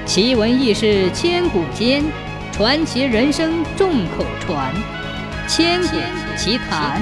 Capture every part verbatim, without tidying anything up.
奇闻异事千古间，传奇人生众口传。千古奇谈。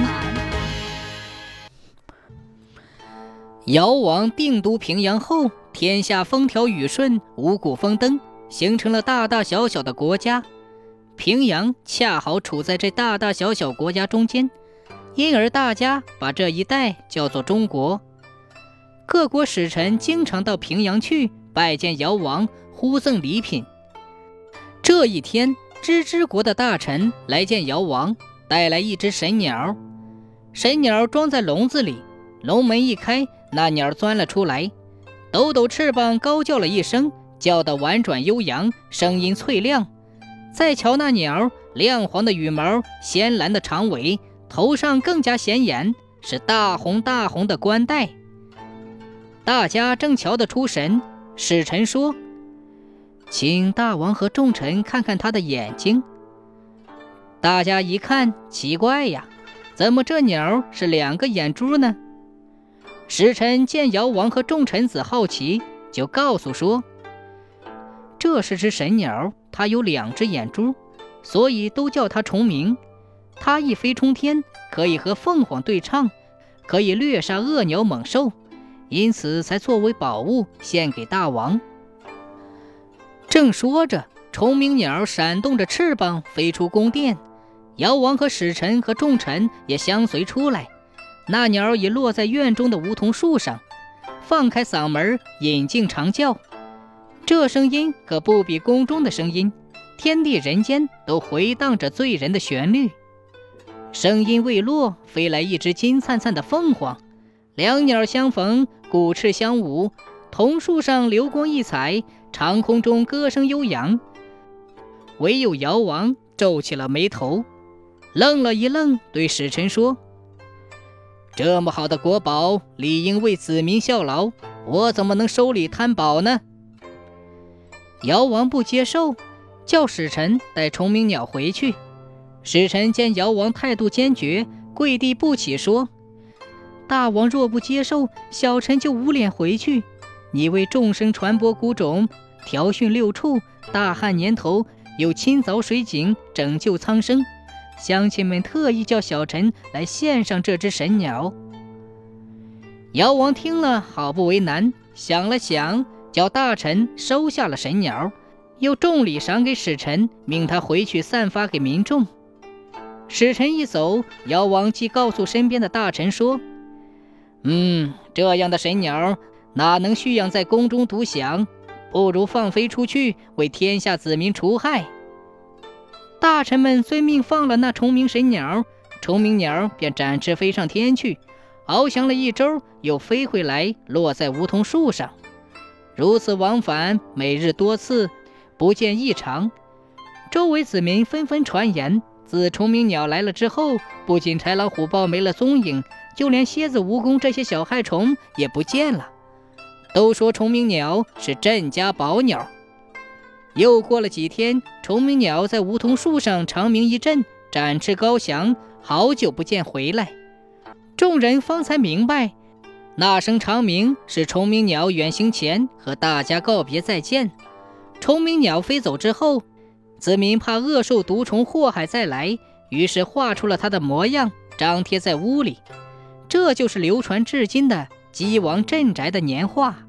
尧王定都平阳后，天下风调雨顺，五谷丰登，形成了大大小小的国家。平阳恰好处在这大大小小国家中间，因而大家把这一带叫做中国。各国使臣经常到平阳去拜见尧王，呼赠礼品。这一天，芝芝国的大臣来见尧王，带来一只神鸟。神鸟装在笼子里，笼门一开，那鸟钻了出来，抖抖翅膀，高叫了一声，叫得婉转悠扬，声音脆亮。再瞧那鸟，亮黄的羽毛，鲜蓝的长尾，头上更加显眼，是大红大红的冠带。大家正瞧得出神，使臣说：“请大王和众臣看看他的眼睛。”大家一看，奇怪呀，怎么这鸟是两个眼珠呢？使臣见尧王和众臣子好奇，就告诉说：“这是只神鸟，它有两只眼珠，所以都叫它虫鸣。它一飞冲天，可以和凤凰对唱，可以掠杀恶鸟猛兽，因此才作为宝物献给大王。”正说着，虫鸣鸟闪动着翅膀飞出宫殿，尧王和使臣和众臣也相随出来。那鸟已落在院中的梧桐树上，放开嗓门引颈长叫。这声音可不比宫中的声音，天地人间都回荡着醉人的旋律。声音未落，飞来一只金灿灿的凤凰，两鸟相逢，鼓翅相舞，桐树上流光溢彩，长空中歌声悠扬。唯有尧王皱起了眉头，愣了一愣，对使臣说：“这么好的国宝，理应为子民效劳，我怎么能收礼贪宝呢？”尧王不接受，叫使臣带虫鸣鸟回去。使臣见尧王态度坚决，跪地不起，说：“大王若不接受，小臣就无脸回去。你为众生传播古种，调训六畜，大旱年头又亲凿水井，拯救苍生，乡亲们特意叫小臣来献上这只神鸟。”尧王听了好不为难，想了想，叫大臣收下了神鸟，又重礼赏给使臣，命他回去散发给民众。使臣一走，尧王即告诉身边的大臣说：“嗯，这样的神鸟哪能蓄养在宫中独享，不如放飞出去，为天下子民除害。”大臣们遵命放了那虫鸣神鸟，虫鸣鸟便展翅飞上天去，翱翔了一周，又飞回来，落在梧桐树上。如此往返，每日多次，不见异常。周围子民纷纷传言，自虫鸣鸟来了之后，不仅豺狼虎豹没了踪影，就连蝎子蜈蚣这些小害虫也不见了。都说虫鸣鸟是镇家宝鸟。又过了几天，虫鸣鸟在梧桐树上长鸣一阵，展翅高翔，好久不见回来。众人方才明白，那声长鸣是虫鸣鸟远行前和大家告别再见。虫鸣鸟飞走之后，子民怕恶兽毒虫祸害再来，于是画出了它的模样，张贴在屋里。这就是流传至今的鸡王镇宅的年画。